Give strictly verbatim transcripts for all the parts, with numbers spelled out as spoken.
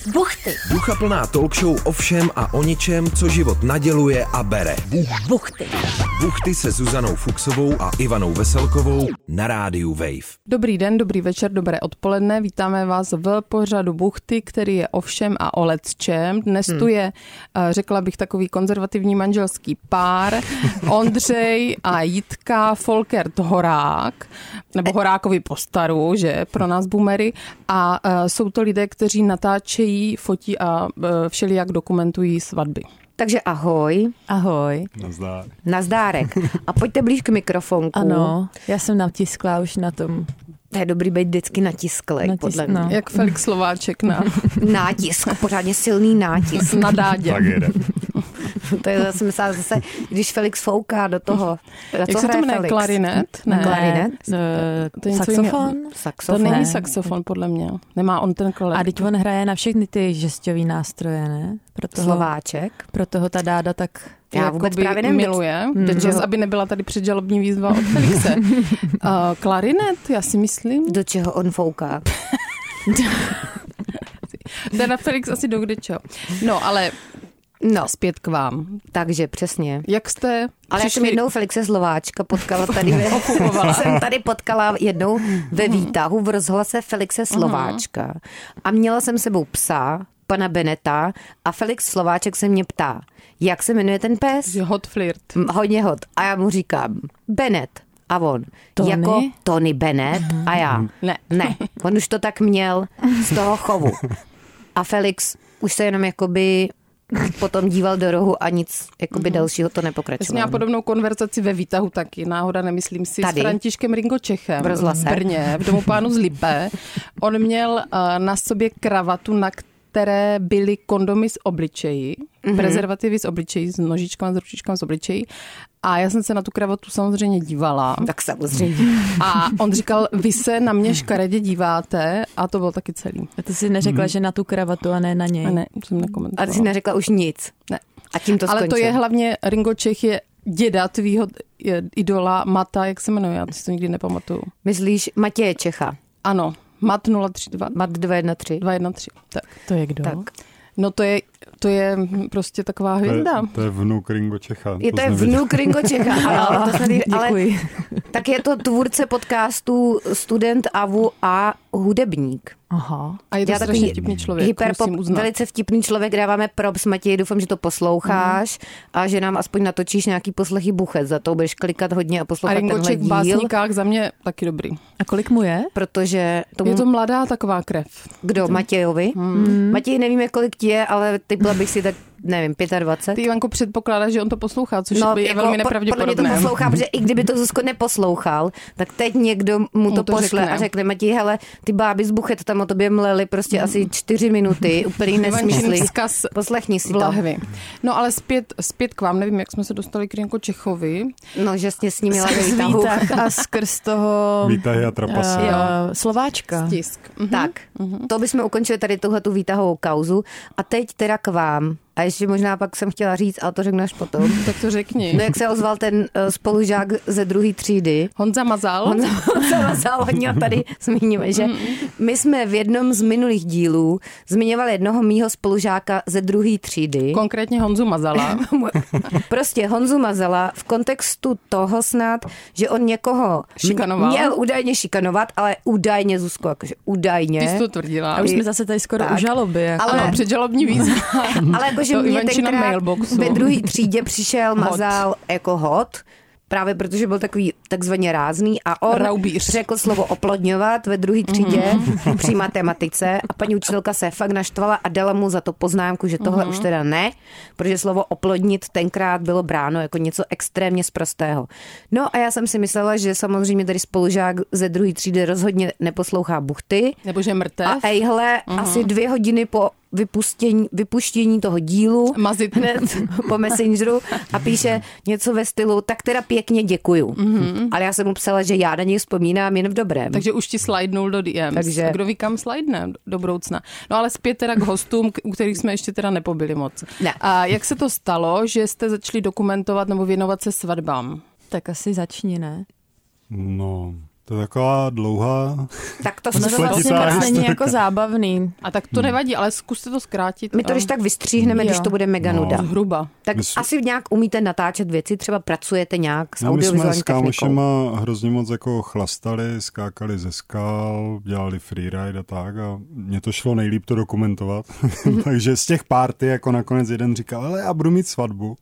Buchty. Duchaplná talk show o všem a o ničem, co život naděluje a bere. Buchty. Buchty se Zuzanou Fuchsovou a Ivanou Veselkovou na rádiu Wave. Dobrý den, dobrý večer, dobré odpoledne. Vítáme vás v pořadu Buchty, který je o všem a o lecčem. Dnes hmm. tu je, řekla bych, takový konzervativní manželský pár. Ondřej a Jitka Folkert Horák, nebo Horákovi po staru, že, pro nás boomery. A jsou to lidé, kteří natáčejí, fotí a všelijak dokumentují svatby. Takže ahoj. Ahoj. Nazdár. Nazdárek. A pojďte blíž k mikrofonku. Ano, já jsem natiskla už na tom. To je dobrý být vždycky natisklej, Natisk, podle mě. no. Jak Felix Slováček na Nátisk, pořádně silný nátisk. na dádě. Tak jede. To je zase, myslím, zase, když Felix fouká do toho. Jak se to jmenuje? Klarinet? Ne. Klarinet? Ne, To je něco saxofon? jiného. To Saxofon. není Ne. saxofon, podle mě. Nemá on ten klarinet. A teď on hraje na všechny ty žestový nástroje, ne? Pro toho, Slováček. pro toho ta dáda tak... Já vůbec jakoby právě nevím, miluje, do do čeho- aby nebyla tady předžalobní výzva od Felixe. uh, klarinet, já si myslím. Do čeho on fouká. Teda Felix asi do kde čeho. No, ale No, zpět k vám. takže přesně. Jak jste Ale já jsem jednou Felixe Slováčka potkala tady, ve, jsem tady potkala jednou ve výtahu v rozhlase Felixe Slováčka a měla jsem sebou psa, pana Beneta, a Felix Slováček se mě ptá, jak se jmenuje ten pes? Že hot flirt. M, Hodně hot. A já mu říkám, Bennett. A on, Tony? jako Tony Bennett. A já, Ne. ne. On už to tak měl z toho chovu. A Felix už se jenom jakoby potom díval do rohu a nic jakoby Mhm. dalšího to Já jsem nepokračovalo. měla podobnou konverzaci ve výtahu taky, náhoda, nemyslím si, Tady? s Františkem Ringo Čechem V rozhlase? v Brně, v domu pánu z Lipe. On měl uh, na sobě kravatu, na které byly kondomy z obličejí, mm-hmm. prezervativy z obličejí, s nožičkama, s ručičkama z obličejí. A já jsem se na tu kravatu samozřejmě dívala. Tak samozřejmě. A on říkal, vy se na mě škaredě díváte, a to bylo taky celý. A ty jsi neřekla, že na tu kravatu a ne na něj. A ne, jsem A nekomentovala. ty jsi neřekla už nic. Ne. A tím to Ale skončilo. to je hlavně, Ringo Čech je děda tvýho je idola Mata, jak se jmenuje, já si to nikdy nepamatuju. Myslíš Matěje Čecha? Ano, Mat nula tři dva Mat dva jedna tři. dva jedna tři. Tak. To je kdo? Tak. No to je, to je prostě taková To je, hvězda. to je vnuk Ringo Čecha. Je to je jsem nevěděl. vnuk Ringo Čecha. Ano, to jsme nevěděli, ale Děkuji. tak je to tvůrce podcastu, student A V U a hudebník. Aha. A je to Já strašně takový vtipný člověk, hyperpop, musím uznat. velice vtipný člověk, dáváme props, Matěj, doufám, že to posloucháš a že nám aspoň natočíš nějaký poslechy Buchet, za to budeš klikat hodně a A poslouchat Ringo tenhle Čech v díl, básníkách za mě taky dobrý. A kolik mu je? protože tomu, Je to mladá taková krev. kdo, Matějovi? Hmm. Matěj, nevím, jak kolik ti je, ale typla bych si tak, nevím, dvacet pět. Ty, Ivanko, předpokládáš, že on to poslouchá, což No, je jako, velmi po- podle mě to nepravděpodobné. poslouchá, protože i kdyby to Zuzko neposlouchal, tak teď někdo mu to, to pošle řekne. a řekne, Matěj, hele, ty báby z Buchet tam o tobě mleli prostě asi čtyři minuty, úplný nesmysly. Ivančin vzkaz Poslechni si v to. lahvi. No ale zpět, zpět k vám, nevím, jak jsme se dostali k Ringo Čechovi. No, že jsi s ním měla ve Skrz výtahu. výtah a skrz toho Výtahy a trapasy. uh, Jo. Slováčka. Tisk. Mhm. Tak, to bychom ukončili tady tuhletu výtahovou kauzu. A teď teda k vám. A ještě možná pak jsem chtěla říct, ale to řeknu až potom. Tak to řekni. No, jak se ozval ten uh, spolužák ze druhé třídy. Honza Mazal. On se hodně tady zmíníme, že my jsme v jednom z minulých dílů zmiňovali jednoho mýho spolužáka ze druhé třídy. Konkrétně Honzu Mazala. Prostě Honzu Mazala v kontextu toho snad, že on někoho Šikanoval. měl údajně šikanovat, ale údajně, Zuzko, jakože údajně. Ty jsi to tvrdila. A už jsme zase tady skoro Tak. u žaloby. Jako. Ale- Ano, předžalobní výzva. Ale jakože To mě Ivančina tenkrát mailboxu. ve druhé třídě přišel Hot. Mazal jako hot, právě protože byl takový takzvaně rázný a on Raubíř. řekl slovo oplodňovat ve druhé třídě Mhm. při matematice a paní učitelka se fakt naštvala a dala mu za to poznámku, že tohle Mhm. už teda ne, protože slovo oplodnit tenkrát bylo bráno jako něco extrémně sprostého. No a já jsem si myslela, že samozřejmě tady spolužák ze druhé třídy rozhodně neposlouchá Buchty Nebo že mrtev. a ejhle asi dvě hodiny po vypustění, vypuštění toho dílu Mazit. hned po Messengeru a píše něco ve stylu, tak teda pěkně děkuju. Mm-hmm. Ale já jsem mu psala, že já na něj vzpomínám jen v dobrém. Takže už ti slidnul do D Ms. Takže- A kdo ví, kam slidne do budoucna. No ale zpět teda k hostům, k- u kterých jsme ještě teda nepobili moc. Ne. A jak se to stalo, že jste začali dokumentovat nebo věnovat se svatbám? Tak asi začni, ne? No, To je taková dlouhá... Tak to Ono to vlastně moc není jako zábavný. A tak to nevadí, ale zkuste to zkrátit. My to když tak vystříhneme, když to bude mega nuda. No. Zhruba. Tak My jsme- asi nějak umíte natáčet věci, třeba pracujete nějak s No, my jsme audiovizuální s technikou. kámošema hrozně moc jako chlastali, skákali ze skal, dělali freeride a tak a mně to šlo nejlíp to dokumentovat. Takže z těch party jako nakonec jeden říkal, ale já budu mít svatbu.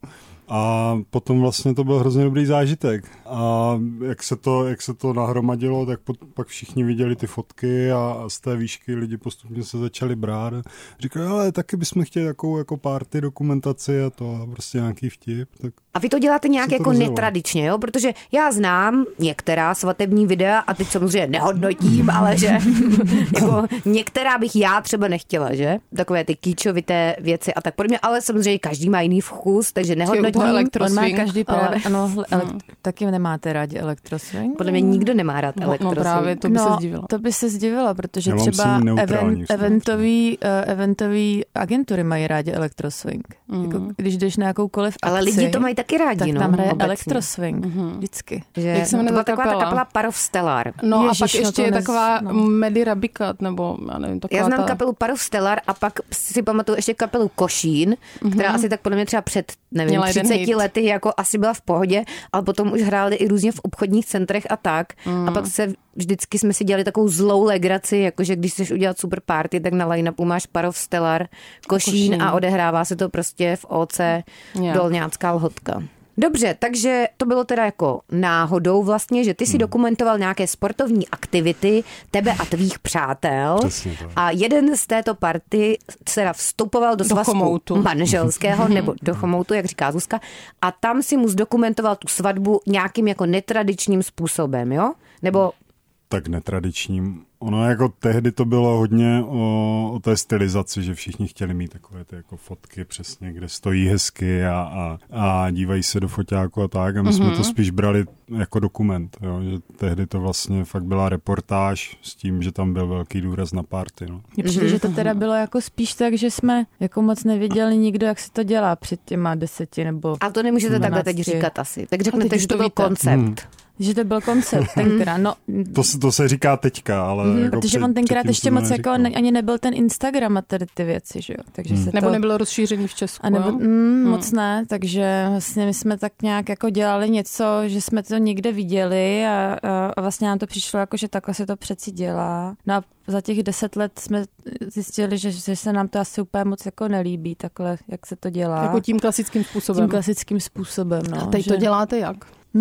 A potom vlastně to byl hrozně dobrý zážitek. A jak se to, jak se to nahromadilo, tak pot, pak všichni viděli ty fotky a z té výšky lidi postupně se začali brát. Říkali, ale taky bychom chtěli takovou jako party dokumentaci a to a prostě nějaký vtip. Tak A vy to děláte nějak se to jako rozjelo. netradičně, jo? Protože já znám některá svatební videa a teď samozřejmě nehodnotím, ale že jako některá bych já třeba nechtěla, že? Takové ty kýčovité věci a tak podobně, ale samozřejmě každý má jiný vkus, takže nehodnotím. To elektro- On má Swing, každý ale- právě, ano, elekt- taky nemáte rádi elektroswing? Podle mě nikdo nemá rád No, elektroswing. no právě, to by se no, zdivilo. to by se zdivilo, protože Já mám třeba si neutrální event, vztah. eventový, uh, eventový agentury mají rádi elektroswing. Mm. Jako, když jdeš na jakoukoliv akci, Ale lidi to mají taky rádi, tak no, tam hraje obecně. elektroswing. Vždycky. Že Jak se jmenuje to byla ta taková ta kapela? kapela Parov Stellar. No Ježiš, a pak no ještě to je nez- taková no. Medy Rabikat, nebo já nevím, taková Já znám ta... kapelu Parov Stellar a pak si pamatuju ještě kapelu Košín, mm-hmm. která asi tak podle mě třeba před, nevím, Měla jeden třiceti hit. lety jako asi byla v pohodě, ale potom už hráli i různě v obchodních centrech a tak. Mm. A pak se vždycky jsme si dělali takovou zlou legraci, jakože když chceš udělat super party, tak na line-upu máš Parov Stellar, Košín, Košín. a odehrává se to prostě v O C Jo. Dolňácká Lhotka. Dobře, takže to bylo teda jako náhodou vlastně, že ty si dokumentoval nějaké sportovní aktivity tebe a tvých přátel. Přesně tak. A jeden z této party teda vstupoval do, Do svazku chomoutu. manželského, nebo do chomoutu, jak říká Zuzka, a tam si mu zdokumentoval tu svatbu nějakým jako netradičním způsobem, jo? Nebo tak netradičním. Ono jako tehdy to bylo hodně o, o té stylizaci, že všichni chtěli mít takové ty jako fotky přesně, kde stojí hezky a, a, a dívají se do foťáku a tak. A my mm-hmm. jsme to spíš brali jako dokument. Jo? Že tehdy to vlastně fakt byla reportáž s tím, že tam byl velký důraz na party. No. Mně přijde, že to teda bylo jako spíš tak, že jsme jako moc nevěděli nikdo, jak se to dělá před těma deseti nebo a to nemůžete takhle teď dvanácti. říkat asi. Tak teď řeknete, už že to to byl víte. koncept. Hmm. Že to byl koncept tenkrát. No, To, se- to se říká teďka, ale... mm, jako protože před, on tenkrát předtím ještě jsem to moc jako neříkal. ne, ani nebyl ten Instagram a tady ty věci, že jo. Takže se Nebo to, nebylo rozšířený v Česku, a nebo, jo? mm, moc ne, takže vlastně my jsme tak nějak jako dělali něco, že jsme to někde viděli a, a, a vlastně nám to přišlo jako, že takhle se to přeci dělá. No a za těch deset let jsme zjistili, že, že se nám to asi úplně moc jako nelíbí, takhle, jak se to dělá. Jako tím klasickým způsobem. tím klasickým způsobem, no. A teď že... to děláte jak?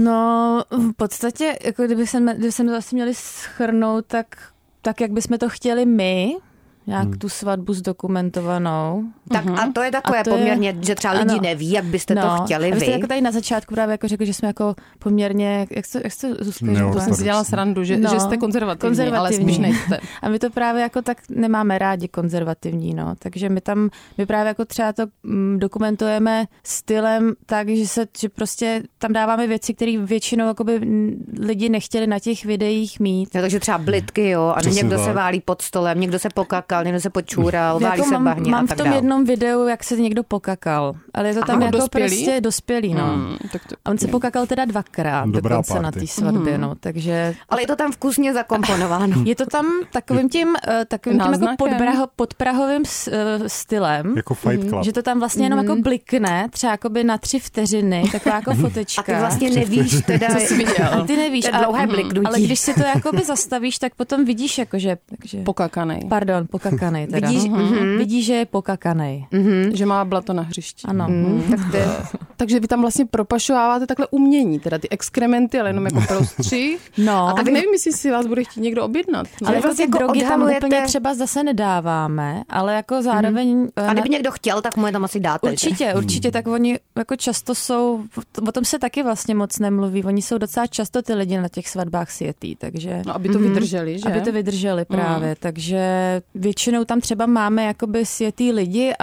No, v podstatě, jako kdyby jsme, kdyby jsme to asi měli schrnout, tak, tak jak bychom to chtěli my, nějak hmm. tu svatbu zdokumentovanou. Tak a to je takové A to je- poměrně, že třeba lidi ano. neví, jak byste to chtěli a vy. vy. jste jako tady na začátku právě jako řekl, že jsme jako poměrně, jak jste, jak jste Zuzka, že Neortodoxní. to- To jsem si dělala srandu, že, No, že jste konzervativní, konzervativní. ale spíš nejste. A my to právě jako tak nemáme rádi konzervativní, no. Takže my tam, my právě jako třeba to mm, dokumentujeme stylem tak, že se, že prostě tam dáváme věci, které většinou jakoby mm, lidi nechtěli na těch videích mít. No, takže třeba blitky, jo, a Přesně někdo se tak. válí pod stolem, někdo se pokakal, někdo se počůral, válí Jako se mám, bahně mám a v tak tom dál. jednom videu, jak se někdo pokakal, ale je to tam Aha, jako dospělý? prostě dospělý, no. Hmm, tak to... A on se pokakal teda dvakrát Dobrá dokonce party. na té svatbě, no, takže... Ale je to tam vkusně zakomponováno. Je to tam takovým tím, eh, takovým tím jako Náznakem. podpraho, podprahovým s- eh, stylem, Jako Fight Club. že to tam vlastně jenom jako blikne, třeba jakoby na tři vteřiny, taková jako fotečka. A ty vlastně nevíš teda, Co jsi viděl? A ty nevíš, to je dlouhé bliknutí. ale když si to jakoby zastavíš, tak potom vidíš jakože, takže, Pokakanej. pardon, pokakanej teda. Vidíš, mhm. Vidíš, že je pokakanej. Že má blato na hřišti. Ano. Mm, tak to je, Takže vy tam vlastně propašováváte takhle umění, teda ty exkrementy, ale jenom jako prostřih. No. A tak nevím, jestli si vás bude chtít někdo objednat. No. Ale jako vlastně ty jako drogy tam odhalujete- úplně třeba zase nedáváme, ale jako zároveň... eh, a kdyby někdo chtěl, tak mu je tam asi dáte. že? Určitě, určitě, tak oni jako často jsou, o tom se taky vlastně moc nemluví, oni jsou docela často ty lidi na těch svatbách sjetý, takže... No, aby to vydrželi, že? Aby to vydrželi právě, takže většinou tam třeba máme jakoby sjetý lidi, ale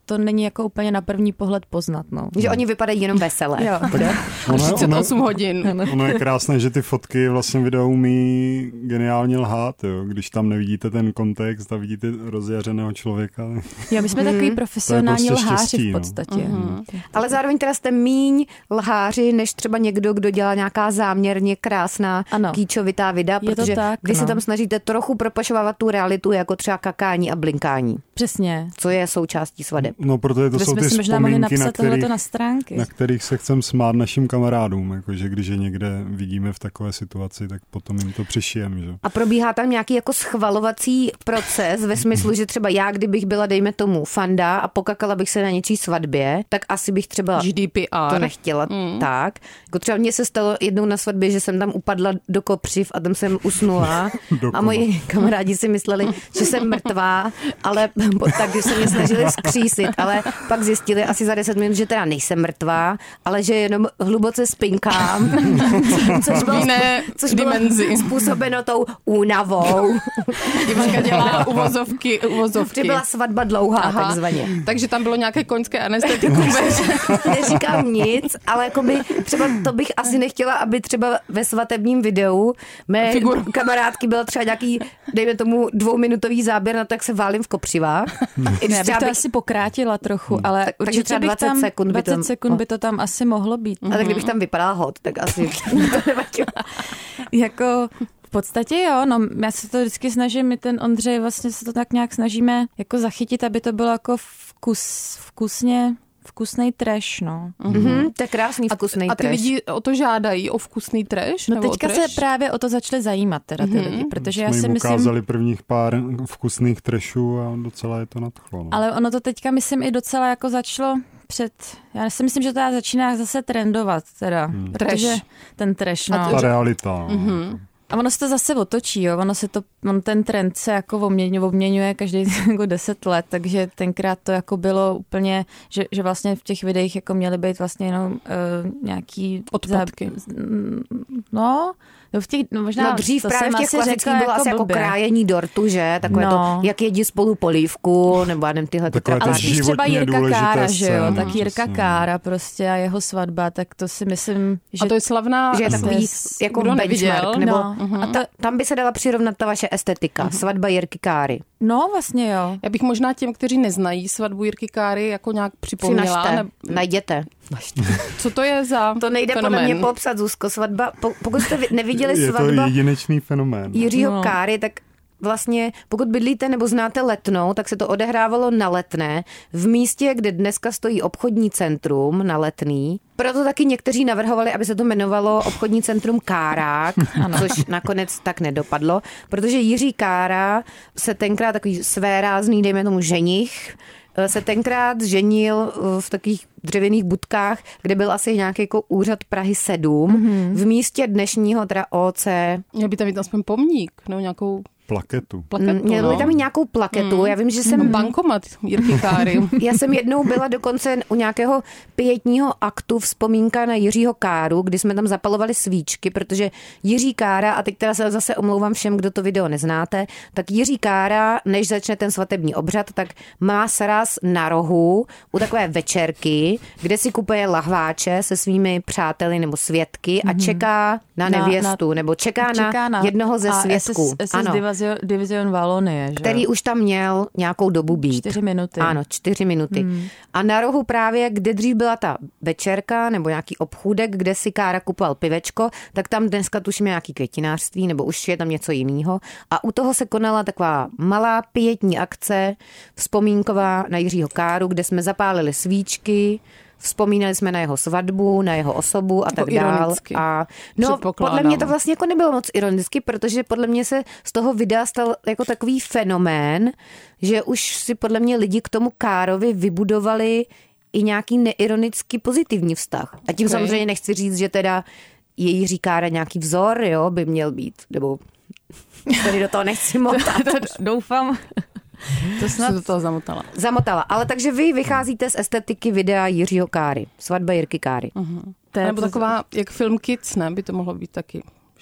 to není jako úplně na první pohled poznat. No. Že oni vypadají jenom veselé. Jo. třicet osm hodin. Ono je krásné, že ty fotky vlastně video umí geniálně lhát, jo? Když tam nevidíte ten kontext a vidíte rozjařeného člověka. Jo, my jsme mm. takový profesionální prostě lháři štěstí, v podstatě. No. Mm. Ale zároveň teda jste míň lháři, než třeba někdo, kdo dělá nějaká záměrně krásná ano. kýčovitá videa, je protože tak, vy no. se tam snažíte trochu propašovávat tu realitu, jako třeba kakání a blinkání. Přesně. Co je součástí svadeb. No, protože to Kde jsou jsme ty si možná mohli vzpomínky, na napsat tohleto kterých, na stránky. na kterých se chcem smát našim kamarádům. Jakože když je někde vidíme v takové situaci, tak potom jim to přišijem. Že? A probíhá tam nějaký jako schvalovací proces ve smyslu, že třeba já, kdybych byla, dejme tomu, fanda a pokakala bych se na něčí svatbě, tak asi bych třeba G D P R. to nechtěla mm. tak. Jako třeba mně se stalo jednou na svatbě, že jsem tam upadla do kopřiv a tam jsem usnula a moji kamarádi si mysleli, že jsem mrtvá, ale tak se mě snažili skřísit, ale pak zjistili asi za deset minut, že teda nejsem mrtvá, ale že jenom hluboce spinkám, což bylo, což bylo způsobeno tou únavou. Ivanka dělá uvozovky, uvozovky. Že byla svatba dlouhá, Aha. takzvaně. Takže tam bylo nějaké koňské anestetikum. Neříkám nic, ale jakoby třeba to bych asi nechtěla, aby třeba ve svatebním videu mé Figur. kamarádky byl třeba nějaký, dejme tomu, dvouminutový záběr na to, jak se válím v kopřivách. I já bych to bych... asi pokrátila trochu, hmm. ale tak, určitě třeba dvacet tam, sekund by, dvacet tam, sekund by to tam asi mohlo být. A tak kdybych tam vypadala hot, tak asi to nevadilo. Jako... V podstatě jo, no já se to vždycky snažím, my ten Ondřej vlastně se to tak nějak snažíme jako zachytit, aby to bylo jako vkus, vkusně, vkusnej trash, no. Mm-hmm, to je krásný vkusnej trash. A ty lidi o to žádají, o vkusný trash? No nebo teďka o trash? se právě o to začaly zajímat teda ty mm-hmm. lidi, protože já si myslím... myslím... ukázali prvních pár vkusných trashů a docela je to nadchlo. No. Ale ono to teďka myslím i docela jako začalo před, já si myslím, že to začíná zase trendovat teda, hmm. protože trash. ten trash, no. A ta realita. No. Mm-hmm. A ono se to zase otočí, jo. Ono se to, on ten trend se jako obměňuje, obměňuje každý jako deset let, takže tenkrát to jako bylo úplně, že, že vlastně v těch videích jako měly být vlastně jenom uh, nějaký... Odpadky. Za, no... No, v těch, no, možná no dřív právě v těch klasických bylo asi jako krájení dortu, že? Takové no. to, jak jedí spolu polívku, nebo já nevím, tyhle ty Ale spíš třeba Jirka Kára, že jo? Scény, tak Jirka přesně. Kára prostě a jeho svatba, tak to si myslím, že... A to je slavná... Že je takový jako benchmark, nebo... No, uh-huh. A ta, tam by se dala přirovnat ta vaše estetika, uh-huh. svatba Jirky Káry. No, vlastně jo. Já bych možná těm, kteří neznají svatbu Jirky Káry, jako nějak připomněla. Ne... Najděte. Co to je za To nejde fenomén? podle mě popsat, Zuzko. Svatba, pokud jste neviděli je svatba... Je to jedinečný fenomén. Jiřího no. Káry, tak vlastně, pokud bydlíte nebo znáte Letnou, tak se to odehrávalo na Letné, v místě, kde dneska stojí obchodní centrum na Letný. Proto taky někteří navrhovali, aby se to jmenovalo obchodní centrum Kárák, což nakonec tak nedopadlo, protože Jiří Kára se tenkrát takový svérázný, dejme tomu ženich, se tenkrát ženil v takových dřevěných budkách, kde byl asi nějaký jako úřad Prahy sedm, mm-hmm. v místě dnešního teda O C. Měl by tam mít aspoň pomník, nebo nějakou plaketu. plaketu Měl by no. tam mít nějakou plaketu. Mm. Já vím, že jsem... No, bankomat Jirky Káry. Já jsem jednou byla dokonce u nějakého pietního aktu vzpomínka na Jiřího Káru, kdy jsme tam zapalovali svíčky, protože Jiří Kára, a teď teda se zase omlouvám všem, kdo to video neznáte, tak Jiří Kára, než začne ten svatební obřad, tak má sraz na rohu u takové večerky, kde si kupuje lahváče se svými přáteli nebo svědky a čeká na nevěstu, na, nebo čeká, čeká na, na jednoho ze svědků. Ano. Division Valonie, že? Který už tam měl nějakou dobu být. Čtyři minuty. Ano, čtyři minuty. Hmm. A na rohu právě, kde dřív byla ta večerka nebo nějaký obchůdek, kde si Kára kupoval pivečko, tak tam dneska tuším nějaký květinářství nebo už je tam něco jiného. A u toho se konala taková malá pietní akce vzpomínková na Jiřího Káru, kde jsme zapálili svíčky, vzpomínali jsme na jeho svatbu, na jeho osobu a tak dál. A no, podle mě to vlastně jako nebylo moc ironicky, protože podle mě se z toho videa stal jako takový fenomén, že už si podle mě lidi k tomu Károvi vybudovali i nějaký neironicky pozitivní vztah. A tím okay. samozřejmě nechci říct, že teda je Jiří Kára nějaký vzor, jo, by měl být, nebo tady do toho nechci motat. Doufám. To snad do toho zamotala. Zamotala, ale takže vy vycházíte z estetiky videa Jiřího Káry. Svatba Jirky Káry. Uh-huh. To je nebo to taková, jak film Kids, ne? By to mohlo být taky, že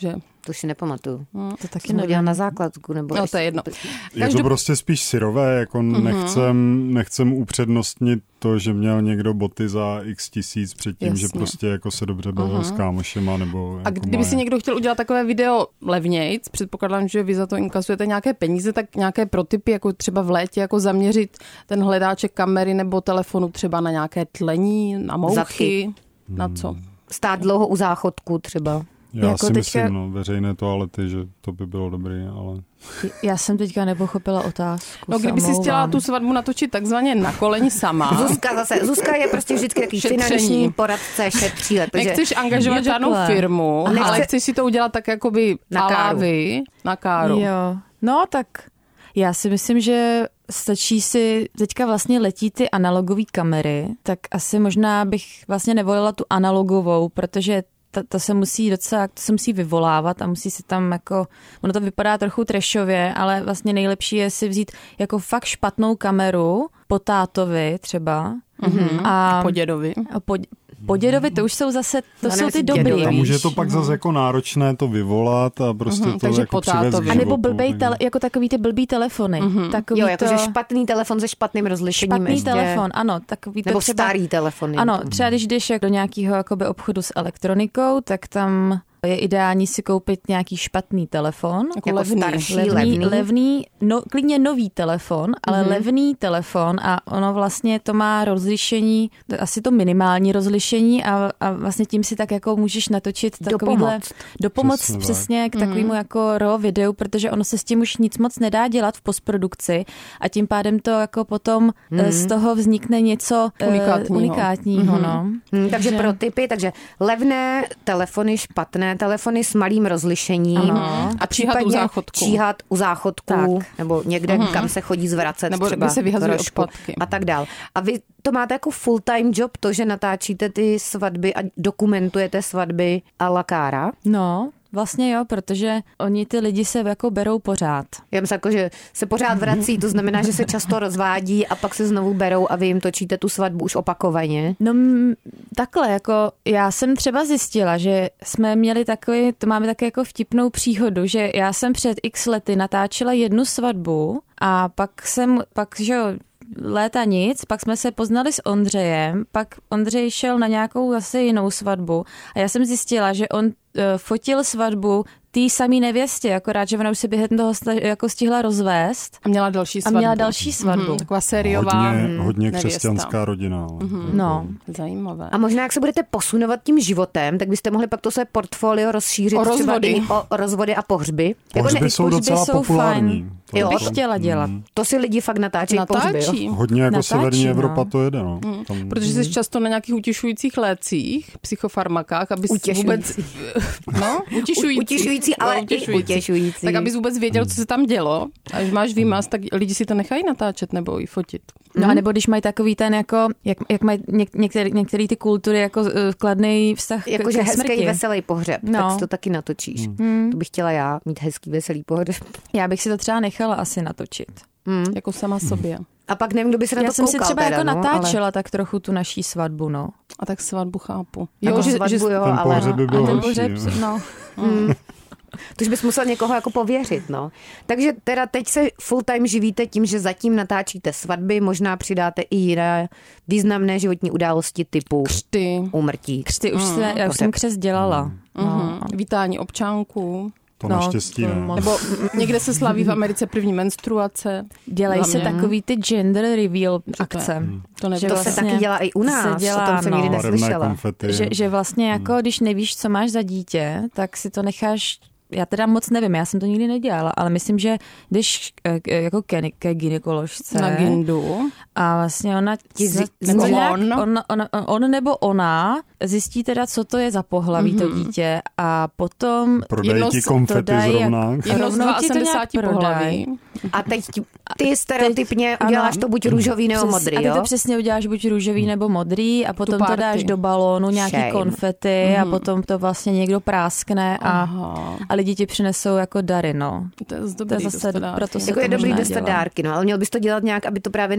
To si nepamatuju. Hmm. To taky Jsem hodila na základku. Nebo no to je jedno. Je to Každop... prostě spíš syrové, jako mm-hmm. nechcem, nechcem upřednostnit to, že měl někdo boty za x tisíc předtím, Jasně. že prostě jako se dobře bavil uh-huh. s kámošema nebo A jako kdyby moje. si někdo chtěl udělat takové video levnějc, předpokládám, že vy za to inkasujete nějaké peníze, tak nějaké protypy, jako třeba v létě, jako zaměřit ten hledáček kamery nebo telefonu třeba na nějaké tlení, na mouchy, Zadky. na co? Stát dlouho u záchodku třeba. Já jako si teďka... myslím, no, veřejné toalety, že to by bylo dobrý, ale... Já jsem teďka nepochopila otázku. No kdyby si chtěla tu svatbu natočit takzvaně na koleni sama. Zuzka zase, Zuzka je prostě vždycky takový Šetření. finanční poradce, šetří. Nechceš angažovat žádnou firmu, Nechce... ale chceš si to udělat tak jakoby na káru. Vy, na káru. Jo, no tak já si myslím, že stačí si, teďka vlastně letí ty analogové kamery, tak asi možná bych vlastně nevolila tu analogovou, protože To, to se musí docela, to se musí vyvolávat a musí se tam jako, ono to vypadá trochu trashově, ale vlastně nejlepší je si vzít jako fakt špatnou kameru po tátovi třeba. Mm-hmm. A po dědovi. A po, po dědovi to už jsou zase, to Já jsou ty dobrý. dědovi. A může to pak zase jako náročné to vyvolat a prostě Mhm, to takže jako po přivést tátovi. k A nebo životu, blbej takže- tele, jako takový ty blbý telefony. Mhm. Takový Jo, jakože to špatný telefon se špatným rozlišením špatný ještě. telefon, ano. Takový to Nebo třeba, starý telefony. Ano, třeba když jdeš jako do nějakého jakoby obchodu s elektronikou, tak tam je ideální si koupit nějaký špatný telefon. Jako Jako levný. starší, Levný, levný. levný no, klidně nový telefon, ale Mhm. levný telefon a ono vlastně to má rozlišení, to asi to minimální rozlišení a, a vlastně tím si tak jako můžeš natočit takovýhle Dopomoct. dopomoc Přesně přesně, tak. k takovému jako raw videu, protože ono se s tím už nic moc nedá dělat v postprodukci a tím pádem to jako potom eh, z toho vznikne něco eh, Unikátního. unikátního no. Hmm, takže pro tipy, takže levné telefony, špatné telefony s malým rozlišením. Ano. A číhat u případně záchodku. Číhat u záchodku, Tak. nebo někde, kam se chodí zvracet Nebo třeba kde se vyhazují trošku odpadky. a tak dál. A vy to máte jako full-time job, to, že natáčíte ty svatby a dokumentujete svatby a la kára? No, vlastně jo, protože oni ty lidi se jako berou pořád. Já myslím, jako, že se pořád vrací, to znamená, že se často rozvádí a pak se znovu berou a vy jim točíte tu svatbu už opakovaně. No m, takhle, jako já jsem třeba zjistila, že jsme měli takový, to máme také jako vtipnou příhodu, že já jsem před x lety natáčela jednu svatbu a pak jsem, pak, že jo, léta nic, pak jsme se poznali s Ondřejem, pak Ondřej šel na nějakou zase jinou svatbu a já jsem zjistila, že on uh, fotil svatbu té samé nevěstě, akorát, že ona už se během toho sta- jako stihla rozvést A měla další a svatbu. měla další svatbu. Mhm, taková sériová Hodně, hodně nevěsta. křesťanská rodina. Ale Mhm. No. Zajímavé. A možná, jak se budete posunovat tím životem, tak byste mohli pak to své portfolio rozšířit O třeba rozvody. i o rozvody a pohřby. Pohřby ne, jsou pohřby docela jsou populární. fajn. To Jo. je Bych to- chtěla dělat. Mm. to si lidi fakt natáčejí pohřby. Jo? Natáčí. Hodně jako Natáčí, severní no. Evropa to jede. No. Mm. Tam, Protože jsi často na nějakých utišujících lécích, psychofarmakách, abys Utěšující. vůbec... No, utěšující. Utěšující, ale No, i utěšující. Tak abys vůbec věděl, co se tam dělo. A když máš výmaz, tak lidi si to nechají natáčet nebo i fotit. No a nebo když mají takový ten jako, jak, jak mají něk, některé, některé ty kultury jako uh, kladný vztah Jakože ke hezký, smrti. veselý pohřeb, No. tak si to taky natočíš. Hmm. To bych chtěla já, mít hezký, veselý pohřeb. Já bych si to třeba nechala asi natočit. Hmm. Jako sama sobě. A pak nevím, kdo by se na Já to jsem si koukal třeba teda, jako no, natáčela ale... tak trochu tu naší svatbu, no. A tak svatbu chápu. Jako že, svatbu, že, jo, Ten ale pohřeb by byl A ten horší. pohřeb, jo. no. Hmm. To už bys musel někoho jako pověřit, no. Takže teda teď se full time živíte tím, že zatím natáčíte svatby, možná přidáte i jiné významné životní události typu křty, úmrtí. Křty, už, se, já už pohřeb. jsem křest dělala. No. mhm, vítání občánků. To No, naštěstí to ne. moc- Nebo někde se slaví v Americe první menstruace. Dělají se Hlavně. takový ty gender reveal to je? akce. To nebylo. Že To vlastně se taky dělá i u nás, se dělá, o tom jsem no. nikdy Barevné neslyšela. konfety. Že, že vlastně jako, když nevíš, co máš za dítě, tak si to necháš, já teda moc nevím, já jsem to nikdy nedělala, ale myslím, že jdeš k, k, jako ke, ke gynekoložce Na gindu. a vlastně ona ti Nebo zjistí nějak, on. on, on, on nebo ona zjistí teda, co to je za pohlaví Mhm. to dítě a potom Prodají jedno ti z- konfety to dají zrovna. Jedno z rovnou ti to nějak sedmdesáti prodají. pohlaví. A teď ti- ty stereotypně Teď- uděláš ano. to buď růžový nebo Přes- modrý, a ty jo? to přesně uděláš buď růžový nebo modrý a potom to party. dáš do balónu nějaký Shame. konfety a Mhm. potom to vlastně někdo práskne a, Aha. a lidi ti přinesou jako dary, no. To je, z To je dobrý, zase, dostat dárky. proto se Jako to je dobrý možná dostat dělá. dárky, no, ale měl bys to dělat nějak, aby to právě nepodporovalo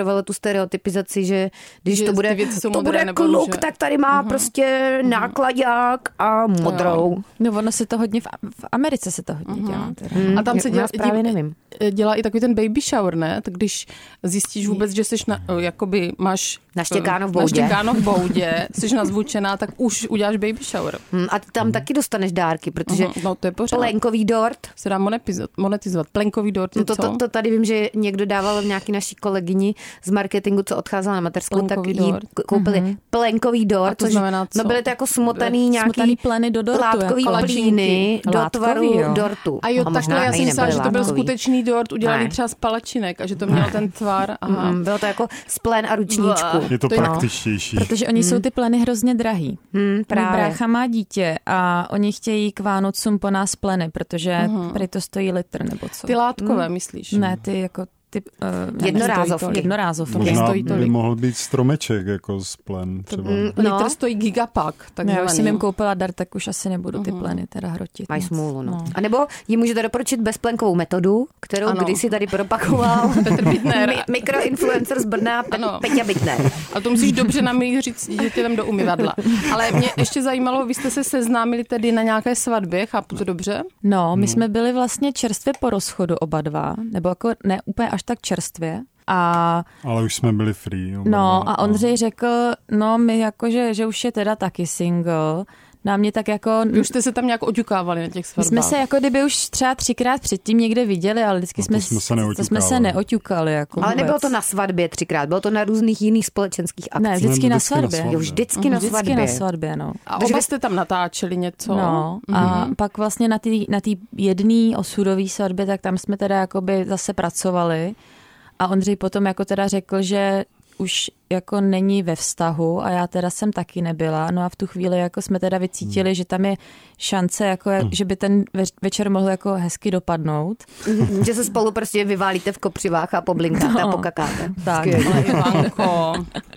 dodržovalo tu stereotypizaci, že když že to bude, to to modré, bude nebo kluk, že... tak tady má uh-huh. prostě nákladák a modrou. Jo. No ono se to hodně, v, v Americe se to hodně uh-huh. dělá. Teda. Hmm. A tam se dělá, právě nevím. dělá i takový ten baby shower, ne? Tak když zjistíš vůbec, že jsi na, jakoby máš naštěkáno v boudě. Naštěkáno v boudě, jsi nazvučená, tak už uděláš baby shower. Hmm, a tam hmm. taky dostaneš dárky, protože uh-huh. no, to je pořád. Plenkový dort se dá monetizovat. Plenkový dort je no to, co? To, to tady vím, že někdo dával nějaký naší kolegyni z marketingu, co odcházela na mateřskou, tak jí koupili uh-huh. plenkový dort. A to znamená co? No byly to jako smotaný nějaký smotaný pleny do dortu, látkový jako plíny do tvaru jo. dortu. A jo, a takhle já jsem myslela, že to byl skutečný dort udělaný ne. třeba z palačinek a že to mělo ten tvar. Aha. Mm, bylo to jako z plen a ručníčku. Je to To praktičtější. Protože oni hmm. jsou ty pleny hrozně drahý. Hmm, Můj brácha má dítě a oni chtějí k Vánocům po nás pleny, protože uh-huh. prý to stojí litr nebo co. Ty látkové, hmm. myslíš? Ne, ty jako ty uh, jednorázovky. jednorázovky. Možná stojí by tolik. mohl být stromeček jako z plen třeba. No. Litr stojí gigapak. No, já už jsem jim koupila dar, tak už asi nebudu ty pleny teda hrotit. Mají smůlu, no. no. A nebo jim můžete doporučit bezplenkovou metodu, kterou ano. kdysi tady propagoval Petr Bittner. Mi- mikroinfluencer z Brna Pe- Peťa Bittner. A to musíš dobře namířit s dítětem do umyvadla. Ale mě ještě zajímalo, vy jste se seznámili tedy na nějaké svatbě, chápu to dobře? No, my no. jsme byli vlastně čerstvě po rozchodu oba dva, nebo jako ne úplně až tak čerstvě. A, ale už jsme byli free. Oba no dva, a Ondřej řekl, no my jakože, že už je teda taky single. Na mě tak jako... Vy už jste se tam nějak oťukávali na těch svatbách. My jsme se jako kdyby už třeba třikrát předtím někde viděli, ale vždycky jsme, jsme se to jsme se neoťukali. Jako ale vůbec. Nebylo to na svatbě třikrát, bylo to na různých jiných společenských akcích. Ne, vždycky, ne, vždycky na svatbě. Na svatbě. Jo, vždycky uh, na vždycky svatbě. na svatbě, no. A oba jste tam natáčeli něco. No a mm-hmm. pak vlastně na té na jedné osudové svatbě, tak tam jsme teda jakoby zase pracovali. A Ondřej potom jako teda řekl, že už jako není ve vztahu a já teda jsem taky nebyla. No a v tu chvíli jako jsme teda vycítili, hmm. že tam je šance, jako, hmm. že by ten večer mohl jako hezky dopadnout. Že se spolu prostě vyválíte v kopřivách a poblinkáte no. a pokakáte. Tak. Ale Ivanko.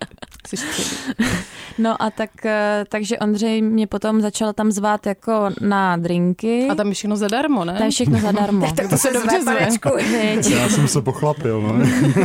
No a tak, takže Ondřej mě potom začal tam zvát jako na drinky. A tam je všechno zadarmo, ne? Tam je všechno zadarmo. Tak to se dobře zve. Já jsem se pochlapil, no.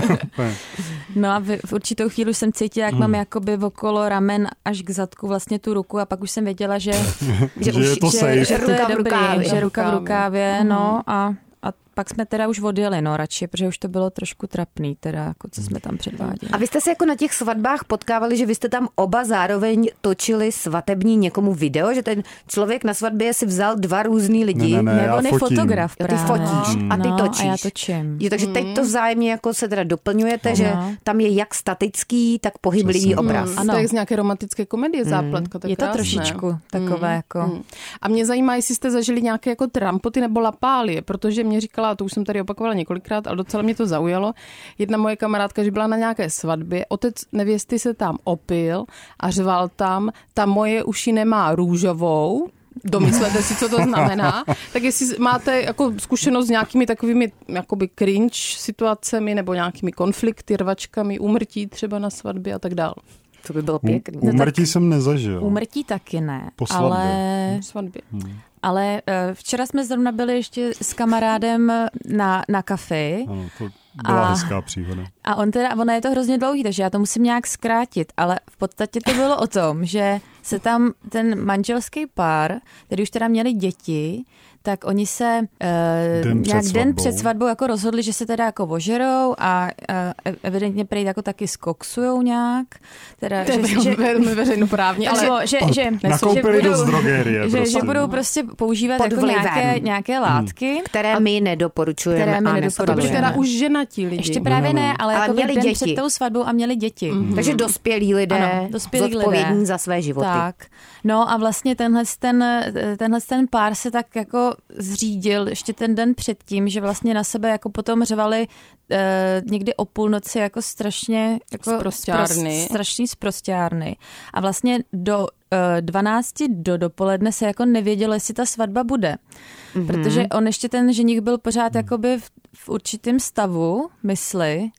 No a v, v určitou chvíli jsem cítila, jak hmm. mám jakoby okolo ramen až k zadku vlastně tu ruku a pak už jsem věděla, že, že, že je to že, safe. že to je ruka v dobrý, rukávě. že ruka v rukávě, no a A pak jsme teda už odjeli, no radši, protože už to bylo trošku trapný, teda, jako co jsme tam předváděli. A vy jste se jako na těch svatbách potkávali, že vy jste tam oba zároveň točili svatební někomu video, že ten člověk na svatbě si vzal dva různý lidi. Ne, ne, ne, Nebo on je fotograf právě. Jo, ty fotíš no, a ty točíš. A já točím. Jo, takže teď to vzájemně jako se teda doplňujete, no. že tam je jak statický, tak pohyblivý Přesně. obraz. Mm, ano. To je z nějaké romantické komedie mm. zápletka. To je je to krásné. trošičku takové mm. jako... Mm. A mě zajímá, jestli jste zažili nějaké jako trampoty nebo lapálie, protože mě říkala, to už jsem tady opakovala několikrát, ale docela mě to zaujalo. Jedna moje kamarádka, že byla na nějaké svatbě, otec nevěsty se tam opil a řval tam, ta moje uši nemá růžovou, domyslete si, co to znamená. Tak jestli máte jako zkušenost s nějakými takovými jakoby cringe situacemi nebo nějakými konflikty, rvačkami, úmrtí třeba na svatbě a tak dál. To by bylo pěkný. U, úmrtí no jsem nezažil. Úmrtí taky ne, po svatbě. ale... Svatbě. Hmm. Ale včera jsme zrovna byli ještě s kamarádem na, na kafi. Ano, to byla a, hezká příhoda. A on teda, ona je to hrozně dlouhý, takže já to musím nějak zkrátit, ale v podstatě to bylo o tom, že se tam ten manželský pár, který už teda měli děti, tak oni se uh, den nějak před den před svatbou jako rozhodli, že se teda jako ožerou a uh, evidentně prý jako taky skoksujou nějak. Teda, to je že, že, velmi veřejnoprávně, ale že, že, nakoupili že do drogerie. Že, prostě. že budou prostě používat jako nějaké, nějaké látky. Hmm. Které my nedoporučujeme které my a nedoporučujeme. To teda už ženatí lidi. Ještě právě ne, ale, ale jako měli den děti. před tou svatbou a měli děti. Mm-hmm. Takže dospělí lidé, ano, dospělí zodpovědní lidé. za své životy. Tak. No a vlastně tenhle ten, tenhle ten pár se tak jako zřídil ještě ten den předtím, že vlastně na sebe jako potom řvali eh, někdy o půlnoci jako strašně jako sprosťárny. Spros, strašný sprosťárny. A vlastně do eh, dvanácti do dopoledne se jako nevědělo, jestli ta svatba bude. Mm-hmm. Protože on ještě ten ženich byl pořád jakoby v, v určitém stavu mysli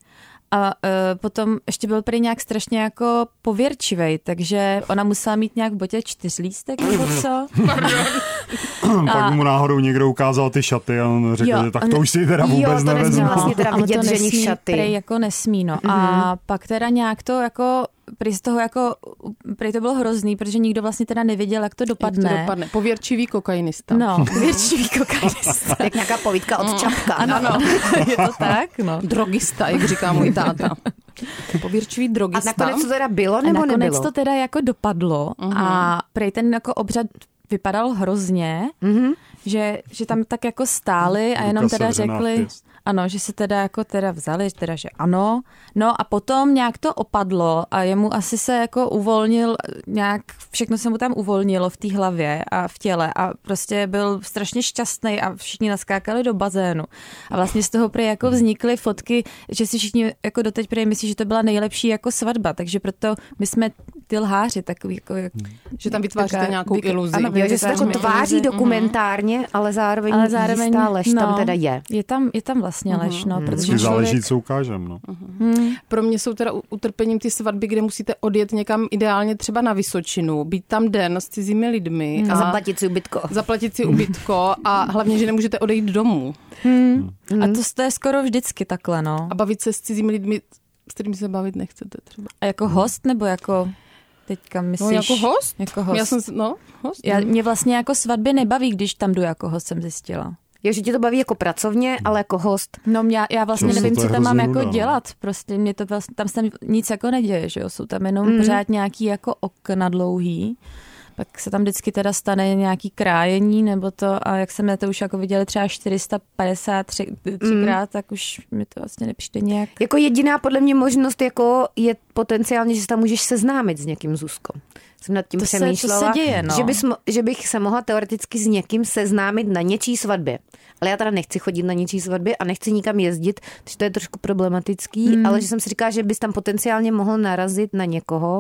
a uh, potom ještě byl prý nějak strašně jako pověrčivej, takže ona musela mít nějak v botě čtyřlístek nebo co. Pak mu náhodou někdo ukázal ty šaty a on řekl, Jo, že tak to už si teda vůbec jo, to nesmí nevezmu. vlastně teda ale vidět to ženích nesmí, šaty. Prej jako nesmí, no. Mm-hmm. A pak teda nějak to jako, prý z toho jako, prý to bylo hrozný, protože nikdo vlastně teda nevěděl, jak to dopadne. Jak to dopadne. Pověrčivý kokainista. No, většivý kokainista. Jak nějaká povídka od Čapka. Ano, je to tak, no. Drogista, jak říká můj táta. Pověrčivý A drogista. nakonec to teda bylo, A nebo nakonec nebylo? to teda jako dopadlo uh-huh. a prej ten jako obřad vypadal hrozně, Mhm. že, že tam tak jako stáli a jenom Ruka teda sevřená v řekli, pěst. ano, že se teda jako teda vzali, teda že ano. No a potom nějak to opadlo a jemu asi se jako uvolnil, nějak všechno se mu tam uvolnilo v té hlavě a v těle a prostě byl strašně šťastný a všichni naskákali do bazénu. A vlastně z toho prý jako vznikly fotky, že si všichni jako doteď prý myslí, že to byla nejlepší jako svatba, takže proto my jsme ty lháři takový jako... Že tam vytváříte Taká- nějakou vyk- iluzi. ano, Jo, že se to jako vytváříme tváří iluzi. dokumentárně, ale zároveň, Ale zároveň jistá lež tam teda je. Je tam, je tam vlastně lež, no, protože Vždycky záleží, člověk... co ukážem. No. Hmm, Pro mě jsou teda utrpením ty svatby, kde musíte odjet někam ideálně třeba na Vysočinu, být tam den s cizími lidmi A zaplatit si ubytko. zaplatit si ubytko a hlavně, že nemůžete odejít domů hmm. A to, to je skoro vždycky takhle, no. a bavit se s cizími lidmi, s kterými se bavit nechcete třeba. A jako host, nebo jako... Teďka myslíš... No jako host? Jako host. Já jsem, s- no, host. Já, mě vlastně jako svatby nebaví, když tam jdu jako host, jsem zjistila. Jo, že tě to baví jako pracovně, ale jako host. No já, já vlastně Často nevím, to je co tam mám hrozně jako nuda, no. dělat. Prostě mě to vlastně, tam se nic jako neděje, že jo. Jsou tam jenom Mhm. pořád nějaký jako okna dlouhý. Pak se tam vždycky teda stane nějaký krájení, nebo to, a jak jsme to už jako viděli třeba čtyři sta padesát tři třikrát, tak už mi to vlastně nepřijde nějak. Jako jediná podle mě možnost jako je potenciálně, že se tam můžeš seznámit s někým, Zuzko. Jsem nad tím To se- přemýšlela, to se děje, no. že, bys, mo- že bych se mohla teoreticky s někým seznámit na něčí svatbě. Ale já teda nechci chodit na něčí svatbě a nechci nikam jezdit, takže to je trošku problematický, Hmm. ale že jsem si říkala, že bys tam potenciálně mohl narazit na někoho,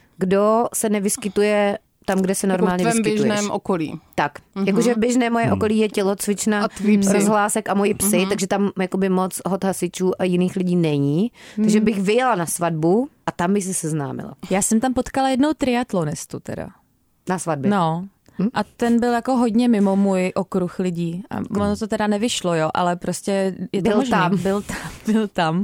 kdo se nevyskytuje tam, kde se normálně jako v tvém vyskytuješ. běžném okolí. Tak, jakože běžné moje okolí je tělocvična, A tvý psy. rozhlásek a moji psy, takže tam jakoby moc hot hasičů a jiných lidí není. Takže bych vyjela na svatbu a tam by si seznámila. Já jsem tam potkala jednou triatlonistu teda. Na svatbě. No. A ten byl jako hodně mimo můj okruh lidí. A ono to teda nevyšlo, jo, ale prostě je to Byl možný. tam. Byl tam. Byl tam.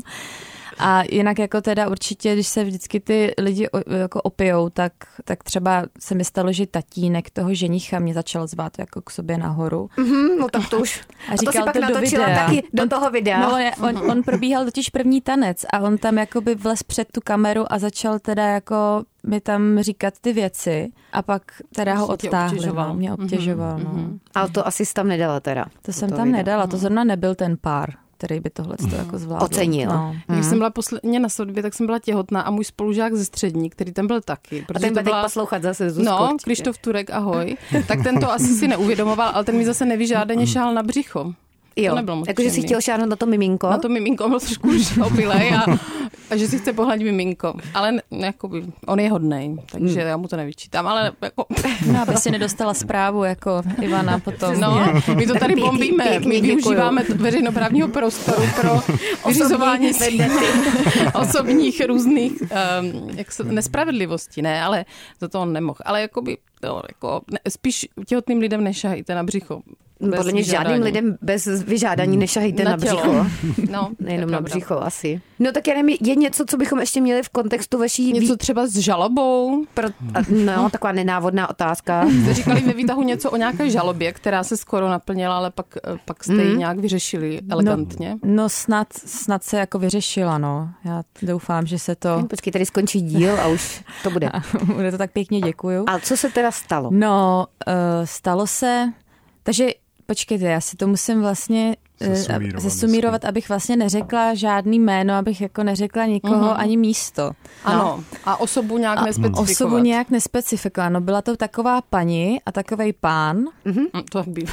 A jinak jako teda určitě, když se vždycky ty lidi o- jako opijou, tak, tak třeba se mi stalo, že tatínek toho ženicha mě začal zvát jako k sobě nahoru. Mhm, no tak to už. A A to si říkal pak to do natočila videa. taky do toho videa. No, je- on, on probíhal totiž první tanec a on tam jakoby vlez před tu kameru a začal teda jako mi tam říkat ty věci a pak teda ho Vlastně tě odtáhli. obtěžoval. No, mě obtěžoval. Mhm, no. mhm. Ale to asi jsi tam nedala teda. To jsem toho tam videa. nedala, to zrovna nebyl ten pár, který by tohle jako zvládl. Ocenil. No. Když jsem byla posledně na svatbě, tak jsem byla těhotná a můj spolužák ze střední, který tam byl taky. A Protože ten to bude teď byla... poslouchat zase Zuzko. No, určitě. Krištof Turek, ahoj. Tak ten to asi si neuvědomoval, ale ten mi zase nevyžádaně šáhl na břicho. Jo, to nebylo moc jakože si příjemný. chtěl šáhnout na to miminko. Na to miminko byl trošku už opilej a, a že si chce pohladit miminko. Ale ne, jakoby, on je hodnej, takže já mu to nevyčítám. Ale jako, No, aby si nedostala zprávu jako Ivana potom. no, my to tady Pěkný- bombíme. pěkný, My děkuju. využíváme t- veřejnoprávního prostoru pro vyřizování si osobních různých um, jak se, nespravedlivostí. Ne, ale za to on nemohl. Ale jakoby, jo, jako, ne, spíš těhotným lidem nešahejte na břicho. Bez Podle mě vyžádání. žádným lidem bez vyžádání nešahejte na, Na tělo. břicho. No, Nejenom to je na pravda. břicho asi. No tak já nevím, je něco, co bychom ještě měli v kontextu vaší... Něco třeba s žalobou. Pro, a, no, taková nenávodná otázka. Jste říkali ve výtahu něco o nějaké žalobě, která se skoro naplnila, ale pak, pak jste ji nějak vyřešili elegantně. No, no snad, snad se jako vyřešila, no. Já doufám, že se to... Počkej, tady skončí díl a už to bude. Bude to tak pěkně, děkuju. A co se teda stalo? No, uh, stalo se... Takže počkejte, já si to musím vlastně eh, Zesumírovat zesumírovat, abych vlastně neřekla žádný jméno, abych jako neřekla nikoho Mhm. ani místo. Ano. A osobu nějak A nespecifikovat. osobu nějak nespecifikovala. No, byla to taková paní a takovej pán Mm, To by...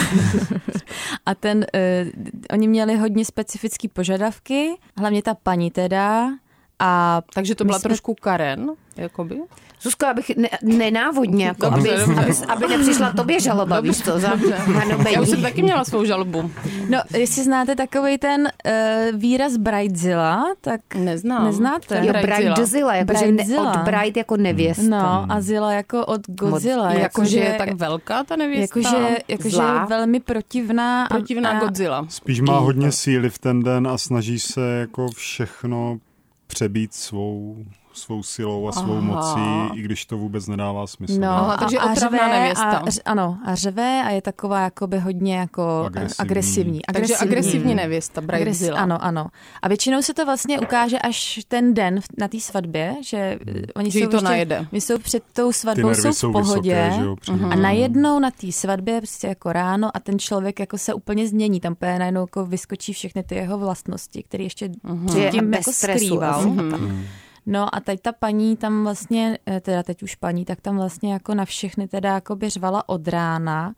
a ten, uh, oni měli hodně specifické požadavky, hlavně ta paní teda, A takže to byla jsme... trošku Karen, jakoby? Zuzko, abych ne, nenávodně, jako, aby, aby, aby nepřišla tobě žaloba, víš to, za hanobení. Já už jsem taky měla svou žalobu. No, jestli znáte takovej ten uh, výraz Bridezilla, tak Neznám. Neznáte? Jo, Bridezilla, jakože ne, od Bride jako nevěsta. No, a Zilla jako od Godzilla. Jakože je tak velká ta nevěsta. Jakože jako je velmi protivná. Protivná a, Godzilla. Spíš má hodně síly v ten den a snaží se jako všechno přebít svou... svou silou a svou Aha. mocí, i když to vůbec nedává smysl. No, Aha, takže a, otravná a nevěsta. A, ano, a řve a je taková jakoby hodně jako agresivní. agresivní. Takže agresivní, agresivní nevěsta, Bridezilla. Ano, ano. A většinou se to vlastně ukáže až ten den na té svatbě, že hmm. oni že jsou, to ještě, najede. My jsou před tou svatbou, jsou v pohodě vysoké, že jo, a najednou na té svatbě prostě jako ráno a ten člověk jako se úplně změní, tam úplně najednou jako vyskočí všechny ty jeho vlastnosti, které ještě hmm. předtím jako skrýval. Hmm. No a teď ta paní tam vlastně, teda teď už paní, tak tam vlastně jako na všechny teda jako by řvala od rána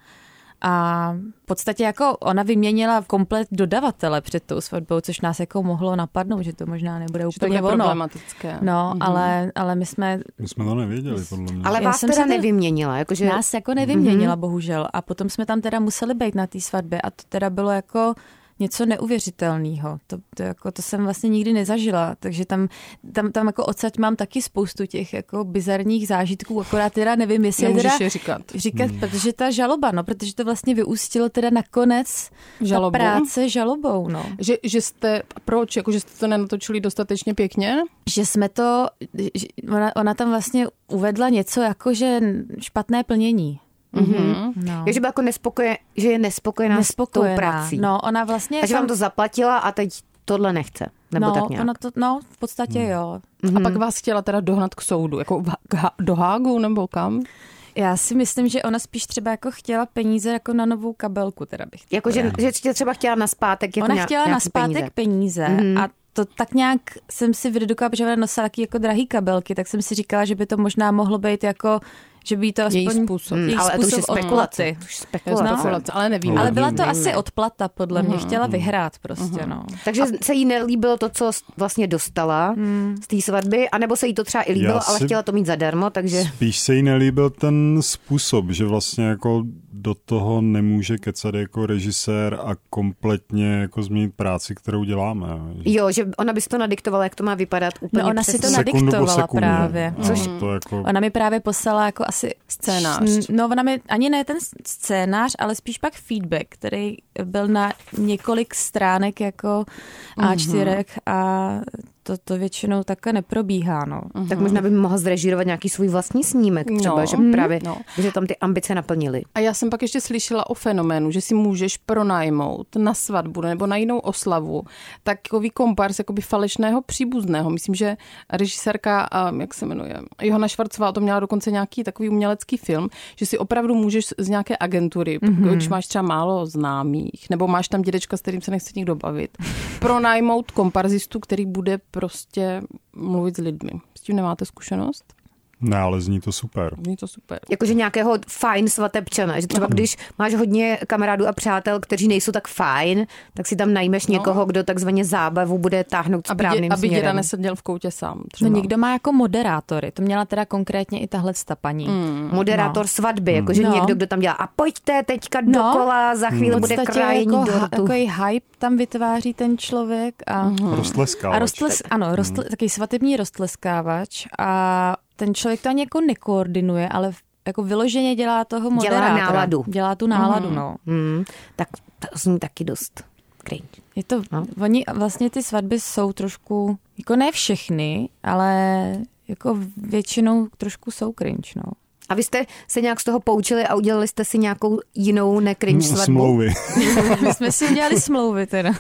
a v podstatě jako ona vyměnila komplet dodavatele před tou svatbou, což nás jako mohlo napadnout, že to možná nebude úplně to ono. Problematické. No, mm-hmm. ale, ale my jsme... My jsme to nevěděli, podle mě. Ale vás teda nevyměnila. Jakože... Nás jako nevyměnila, mm-hmm. bohužel. A potom jsme tam teda museli být na té svatbě a to teda bylo jako... něco neuvěřitelného. To, to, jako, to jsem vlastně nikdy nezažila, takže tam, tam, tam jako odsaď mám taky spoustu těch jako bizarních zážitků, akorát teda nevím, jestli je teda je říkat. říkat hmm. protože ta žaloba, no, protože to vlastně vyústilo teda nakonec Žalobou? Ta práce žalobou, no. Že, že jste, proč, jako, že jste to nenatočili dostatečně pěkně? Že jsme to, že ona, ona tam vlastně uvedla něco jako, že špatné plnění. Mm-hmm. No. Je, že, jako nespokoje, že je nespokojená, nespokojená s tou prací. No, ona vlastně... A že vám to zaplatila a teď tohle nechce. Nebo no, tak nějak. Ona to, no, v podstatě mm. jo. Mm-hmm. A pak vás chtěla teda dohnat k soudu, jako do Hágu nebo kam? Já si myslím, že ona spíš třeba jako chtěla peníze jako na novou kabelku, teda bych. Jako, že, že tě třeba chtěla naspátek jako Ona nějak, chtěla naspátek peníze, peníze mm. a to tak nějak jsem si vydedukovala, protože ona nosila taky jako drahý kabelky, tak jsem si říkala, že by to možná mohlo být jako že by to aspoň... Její způsob. Hmm, ale způsob to už je spekulace. spekulace. No, ale nevím. Ale byla to asi odplata, podle mě. Chtěla vyhrát prostě, no. Takže a... se jí nelíbilo to, co vlastně dostala hmm. z té svatby, anebo se jí to třeba i líbilo, ale chtěla to mít zadarmo, takže... Spíš se jí nelíbil ten způsob, že vlastně jako do toho nemůže kecat jako režisér a kompletně jako změnit práci, kterou děláme. Jo, že ona by si to nadiktovala, jak to má vypadat úplně. No ona si to nadiktovala právě. No, Což to jako... Ona mi právě poslala jako asi scénář. No ona mi ani ne ten scénář, ale spíš pak feedback, který byl na několik stránek jako á čtyři a to, to většinou takhle neprobíhá, no. Uh-huh. Tak možná by mohla zrežírovat nějaký svůj vlastní snímek třeba, no, že právě, no. že tam ty ambice naplnily. A já jsem pak ještě slyšela o fenoménu, že si můžeš pronajmout na svatbu nebo na jinou oslavu takový kompars jakoby falešného příbuzného. Myslím, že režisérka, jak se jmenuje, Johana Švarcová, to měla dokonce nějaký takový umělecký film, že si opravdu můžeš z nějaké agentury, mm-hmm. když máš třeba málo známých, nebo máš tam dědečka, s kterým se nechce nikdo bavit, pronajmout komparzistu, který bude prostě mluvit s lidmi. S tím nemáte zkušenost? Ne, ale zní to super. Zní to super. Jakože nějakého fajn svatebčana, že třeba no. když máš hodně kamarádů a přátel, kteří nejsou tak fajn, tak si tam najmeš no. někoho, kdo takzvaně zábavu bude táhnout správným aby směrem. Aby děda neseděl v koutě sám. Třeba. No někdo má jako moderátory, to měla teda konkrétně i tahle paní. Mm. Moderátor no. svatby, jakože no. někdo, kdo tam dělá a pojďte teďka no. dokola, za chvíli mm. bude krájení jako, dortu. Takový hype tam vytváří ten člověk. A, mm. Roztleskávač. A rostles, ano, rostle, takový svatební roztleskávač a ten člověk to ani jako nekoordinuje, ale jako vyloženě dělá toho moderátora. Dělá náladu. Dělá tu náladu, mm. no. Mm. Tak to zní taky dost cringe. Je to, no. Oni vlastně ty svatby jsou trošku, jako ne všechny, ale jako většinou trošku jsou cringe, no. A vy jste se nějak z toho poučili a udělali jste si nějakou jinou ne-cringe svatbu? Smlouvy. My jsme si udělali smlouvy teda.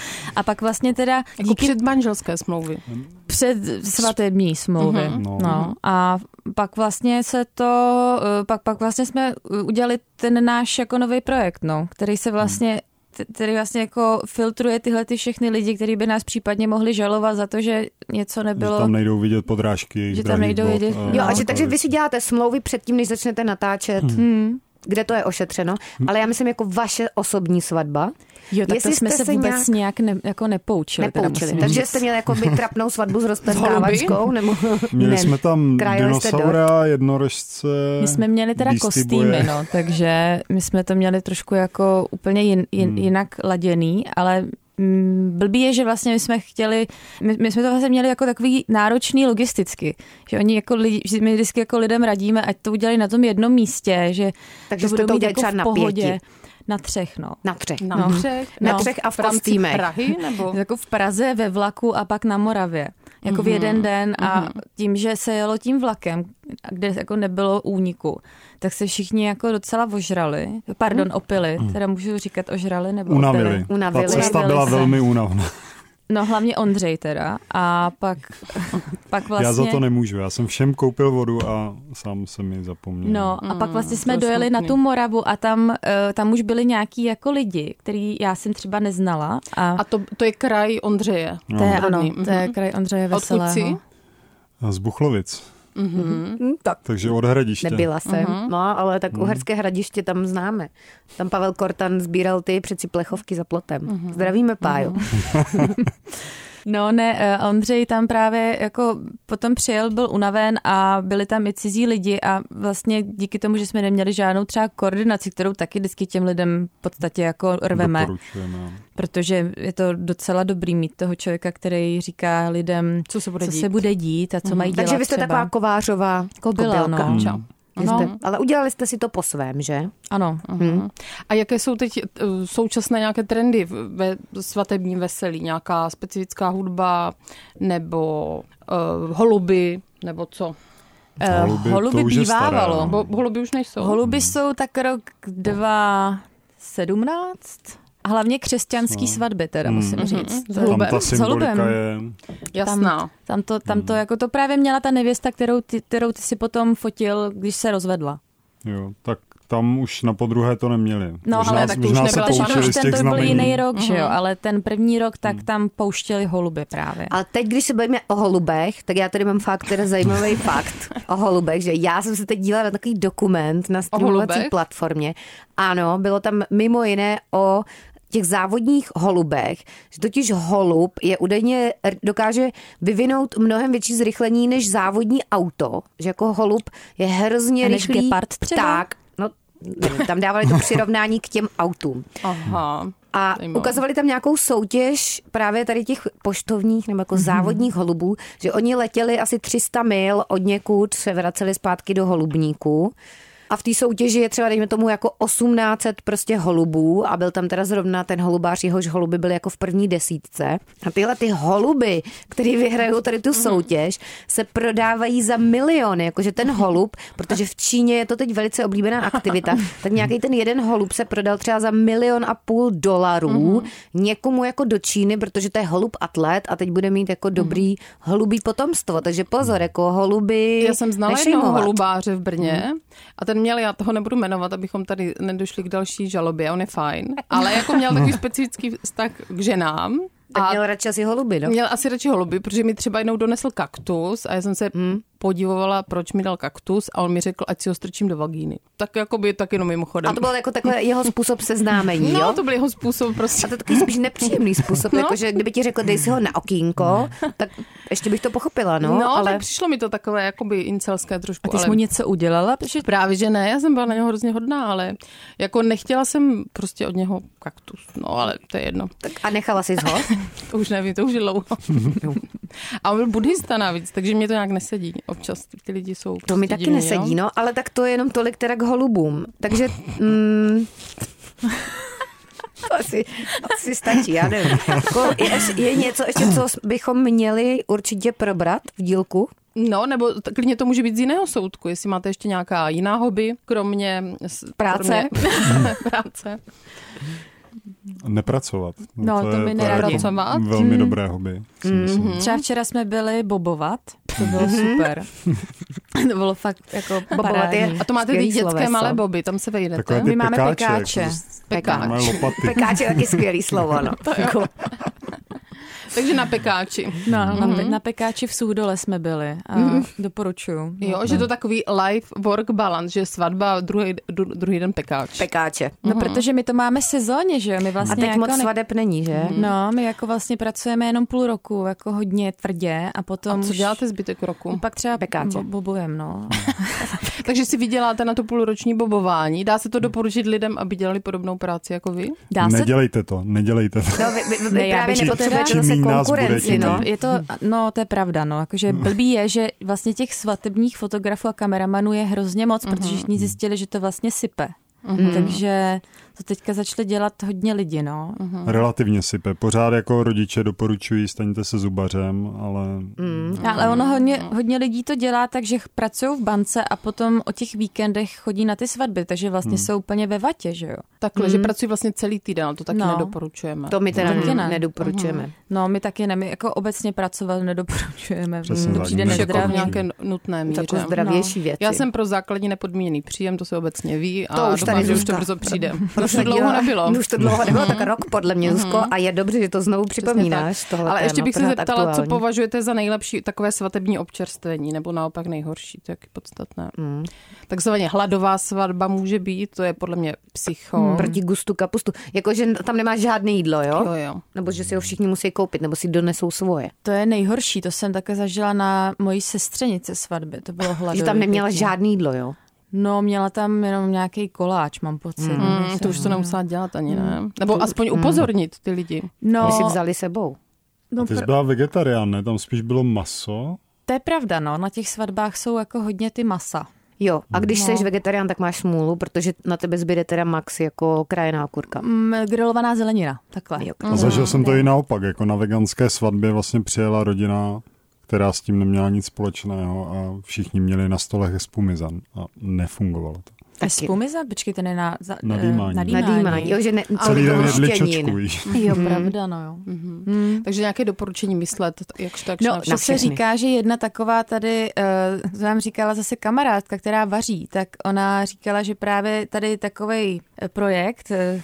A pak vlastně teda... Jako díky... předmanželské smlouvy. Před svatební smlouvy. Uh-huh. No. no. A pak vlastně se to... Pak, pak vlastně jsme udělali ten náš jako nový projekt, no, který se vlastně... který vlastně jako filtruje tyhle ty všechny lidi, kteří by nás případně mohli žalovat za to, že něco nebylo... Že tam nejdou vidět podrážky. Že tam nejdou vidět... A jo, a že, takže vy si děláte smlouvy předtím, než začnete natáčet. Hmm. kde to je ošetřeno, ale já myslím jako vaše osobní svatba. Jo, tak Jestli to jsme jste se vůbec nějak, nějak ne, jako nepoučili. nepoučili. Takže jste měli jako by trapnou svatbu s rozpetkávačkou? Nebo Měli ne, jsme tam dinosaura, jednorožce, My jsme měli teda kostýmy, no, takže my jsme to měli trošku jako úplně jin, jin, hmm. jinak laděný, ale mm, blbý je, že vlastně my jsme chtěli, my, my jsme to vlastně měli jako takový náročný logisticky, že oni jako lidi, že my vždycky jako lidem radíme, ať to udělali na tom jednom místě, že takže to budou to mít jako třeba v na pohodě. pěti. Na třech, no. Na třech. Na no. třech? Na no. třech a v, v rámci kostýmech. Prahy, nebo? Jako v Praze, ve vlaku a pak na Moravě. Jako mm-hmm. v jeden den a mm-hmm. tím, že se jelo tím vlakem, kde jako nebylo úniku, tak se všichni jako docela ožrali. Pardon, opili. Mm. Teda můžu říkat ožrali nebo unavili. opili. Unavili. Ta cesta Unavili byla se. velmi únavná. No hlavně Ondřej teda. A pak, pak vlastně... Já za to nemůžu. Já jsem všem koupil vodu a sám jsem ji zapomněl. No a pak vlastně jsme to dojeli smutný. na tu Moravu a tam, uh, tam už byli nějaký jako lidi, který já jsem třeba neznala. A, A to, to je kraj Ondřeje. No. to je, ano, Rodný. to je kraj Ondřeje Veselého. Odkud jsi? A z Buchlovic. Mm-hmm. Tak. Takže od Hradiště. Nebyla jsem, Mhm. no, ale tak Uherské Hradiště tam známe. Tam Pavel Kortan sbíral ty přeci plechovky za plotem. Mhm. Zdravíme, Pájo. No ne, uh, Ondřej tam právě jako potom přijel, byl unaven a byli tam i cizí lidi a vlastně díky tomu, že jsme neměli žádnou třeba koordinaci, kterou taky vždycky těm lidem v podstatě jako rveme, Doporučujeme. protože je to docela dobrý mít toho člověka, který říká lidem, Co se bude co dít. se bude dít a co mají dělat. Takže vy jste třeba. taková kovářová Kobila, kobylka. no. Čau. Vy jste, No. ale udělali jste si to po svém, že? Ano. Mhm. A jaké jsou teď uh, současné nějaké trendy ve svatebním veselí? Nějaká specifická hudba nebo uh, holuby nebo co? Eh, Holuby, Holuby to už je staré, bývávalo. no. Bo, holuby už nejsou. Holuby jsou tak rok dva tisíce sedmnáct. A hlavně křesťanský No. svatby teda, musím Mhm. říct. S Tam holubem. ta S holubem. symbolika je... Jasná. Tam to, tam to, jako to právě měla ta nevěsta, kterou ty, kterou ty si potom fotil, když se rozvedla. Jo, tak tam už na podruhé to neměli. No, možná, ale tak to už možná nebyla se žádná- poučili už z těch ten to byl znamení. jiný rok, že jo, Mhm. ale ten první rok, tak tam pouštěli holuby právě. Ale teď, když se bavíme o holubech, tak já tady mám fakt teda zajímavý fakt o holubech, že já jsem se teď dívala na takový dokument na streamovací holubech? platformě. Ano, bylo tam mimo jiné o těch závodních holubech, že totiž holub je údajně dokáže vyvinout mnohem větší zrychlení než závodní auto, že jako holub je hrozně A než rychlý gepard třeba? pták. No, nevím, tam dávali to přirovnání k těm autům. Aha. A Zajímavé. ukazovali tam nějakou soutěž právě tady těch poštovních nebo jako závodních holubů, že oni letěli asi tři sta mil od někud, se vraceli zpátky do holubníku. A v té soutěži je třeba, dejme tomu, jako osmnáct set prostě holubů a byl tam teda zrovna ten holubář, jehož holuby byly jako v první desítce. A tyhle ty holuby, který vyhrajou tady tu soutěž, se prodávají za miliony, jakože ten holub, protože v Číně je to teď velice oblíbená aktivita, tak nějaký ten jeden holub se prodal třeba za milion a půl dolarů někomu jako do Číny, protože to je holub atlet a teď bude mít jako dobrý holubí potomstvo. Takže pozor, jako holuby Já jsem znala jednoho nešejmovat. holubáře v Brně a ten měl, já toho nebudu jmenovat, abychom tady nedošli k další žalobě, on je fajn, ale jako měl takový specifický vztah k ženám. Tak A měl radši asi holuby, no? měl asi radši holuby, protože mi třeba jednou donesl kaktus a já jsem se hmm. podivovala, proč mi dal kaktus a on mi řekl, ať si ho strčím do vagíny. Tak jako by tak jenom mimochodem. A to byl jako takhle jeho způsob seznámení, No, jo? to byl jeho způsob prostě. A to je takový spíš nepříjemný způsob, No. jakože kdyby ti řekl, dej si ho na okýnko, tak ještě bych to pochopila, no, No, ale... tak přišlo mi to takové jakoby incelské trošku. A ty jsi ale... mu něco udělala? Protože Právě, že ne, já jsem byla na něho hrozně hodná, ale jako nechtěla jsem prostě od něho kaktus, no ale to je jedno. Tak a nechala jsi ho? To už nevím, to už je dlouho. A on byl buddhista navíc, takže mě to nějak nesedí. Občas ty lidi jsou To mi prostě taky divní, nesedí, jo? no, ale tak to je jenom tolik teda k holubům. Takže... Mm, to asi, asi stačí, já nevím. Jako, je, je něco ještě, co bychom měli určitě probrat v dílku? No, nebo t- klidně to může být z jiného soudku, jestli máte ještě nějaká jiná hobby, kromě s- Práce. Kromě práce. Nepracovat. No, to je, my to je jako nepracovat. velmi dobré hobby. Si myslím. třeba včera jsme byli bobovat, to bylo super. To bylo fakt jako Bobovat je- parádní. A to máte ty Skvělý dětské sloveso. malé boby, tam se vejdete. Takové ty My máme pekáče. pekáče. Jak, Pekáč. mají lopaty. Pekáč je taky skvělý slovo, no. Jako, Takže na pekáči. No, mm-hmm. na, pe- na pekáči v Suchdole jsme byli a mm-hmm. doporučuju. Jo, no. Že to takový life-work balance, že svatba, druhý, druhý den pekáč. Pekáče. No, mm-hmm. protože my to máme sezóně, že jo? My vlastně a teď jako moc ne... svadeb není, že? Mm-hmm. No, my jako vlastně pracujeme jenom půl roku, jako hodně tvrdě a potom... A co děláte zbytek roku? Pak třeba pekáče. Bo- bobujem, no. Takže si vyděláte na to půlroční bobování. Dá se to doporučit lidem, aby dělali podobnou práci jako vy? Dá se... Nedělejte to, nedělejte to. No, vy, vy, vy ne, právě nepotřebujete zase konkurenci, no. Je to, no, to je pravda, no. Jakože blbý je, že vlastně těch svatebních fotografů a kameramanů je hrozně moc, uh-huh. protože všichni zjistili, že to vlastně sype. Uh-huh. Takže to teďka začali dělat hodně lidi, no. Uh-huh. Relativně sype. Pořád jako rodiče doporučují, staňte se zubařem, ale... Mm. Ale ono hodně, hodně lidí to dělá, takže pracují v bance a potom o těch víkendech chodí na ty svatby, takže vlastně mm. jsou úplně ve vatě, že jo. Takhle, mm. že pracují vlastně celý týden, ale to taky no. nedoporučujeme. To my teda taky ne. nedoporučujeme. Uh-huh. No, my taky ne, my jako obecně pracovat nedoporučujeme. Přesně to přijde nezdravě. Nějaké nutné míře. Jako zdravější no. věci. Já jsem pro základní nepodmíněný příjem, to se obecně ví a to už tady doufám, že už to brzo přijde. To už to dlouho nebylo. Už to dlouho nebylo, tak rok podle mě, Zuzko, a je dobře, že to znovu připomínáš. Ale ještě bych se zeptala, aktuální. Co považujete za nejlepší takové svatební občerstvení, nebo naopak nejhorší, to je podstatné. Mm. Takzvaně hladová svatba může být, to je podle mě psycho. Mm. Proti gustu kapustu. Jakože tam nemáš žádné jídlo, jo? Jo, jo. Nebo že si ho všichni musí koupit, nebo si donesou svoje. To je nejhorší, to jsem také zažila na mojí sestřenice svatby, to bylo hladové. Že tam neměla pěkně. Žádné jídlo, jo? No, měla tam jenom nějaký koláč, mám pocit. Mm, to už to nemusela dělat ani, ne? Nebo to, aspoň upozornit ty lidi. No, my si vzali sebou. No, ty jsi byla vegetarián, ne? Tam spíš bylo maso? To je pravda, no. Na těch svatbách jsou jako hodně ty masa. Jo, a když no. jsi vegetarián, tak máš smůlu, protože na tebe zbyde teda max jako krajená kurka. Mm, grilovaná zelenina, takhle. Jo. A zažil jsem to i naopak, jako na veganské svatbě vlastně přijela rodina, která s tím neměla nic společného a všichni měli na stolech spumizan a nefungovalo to. Spumizan? Počkejte, ne na... Za, na dýmání. Na dýmání. Jo, že ne, celý den jedli čočku. Jo, pravda, no jo. Mm-hmm. Mm. Takže nějaké doporučení myslet, jakž tak no, to se říká, že jedna taková tady, uh, vám říkala zase kamarádka, která vaří, tak ona říkala, že právě tady takovej projekt uh,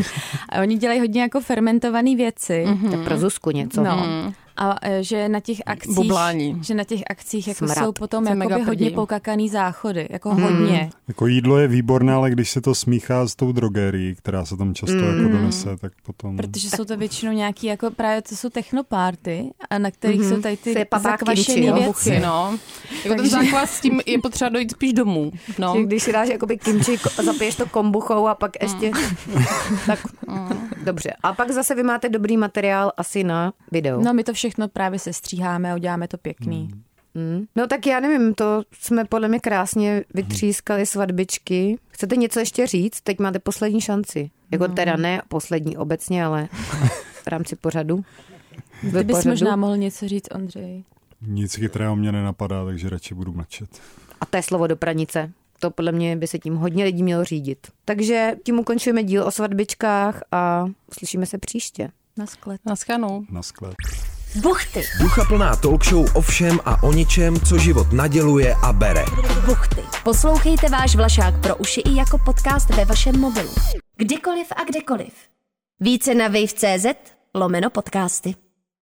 a oni dělají hodně jako fermentované věci. Mm-hmm. Tak pro Zuzku něco. No. Mm. A že na těch akcích, Bublání. že na těch akcích jako Smrad. jsou potom jakoby hodně pokakaný záchody, jako hmm. hodně. Jako jídlo je výborné, ale když se to smíchá s tou drogérií, která se tam často hmm. jako donese, tak potom... Protože jsou to většinou nějaký, jako právě to jsou technopárty, a na kterých hmm. jsou tady ty zakvašené věci. No. Jako ten zákvas s tím je potřeba dojít spíš domů. No. Když si dáš jakoby kimči, zapiješ to kombuchou a pak ještě... tak dobře. A pak zase vy máte dobrý materiál asi na video. No my to všechno právě sestříháme a uděláme to pěkný. Mm. Mm. No tak já nevím, to jsme podle mě krásně vytřískali svatbičky. Chcete něco ještě říct? Teď máte poslední šanci. Jako teda ne poslední obecně, ale v rámci pořadu. Ty bys pořadu. Možná mohl něco říct, Ondřej. Nic chytrého mě nenapadá, takže radši budu mlčet. A to je slovo do pranice. To podle mě by se tím hodně lidí mělo řídit. Takže tím ukončujeme díl o svatbičkách a slyšíme se příště. Naschle. Naschledanou. Naschle. Buchty. Ducha plná talk show o všem a o ničem, co život naděluje a bere. Buchty. Poslouchejte váš Vlašák pro uši i jako podcast ve vašem mobilu. Kdykoliv a kdekoliv. Více na wave tečka cé zet lomeno podcasty.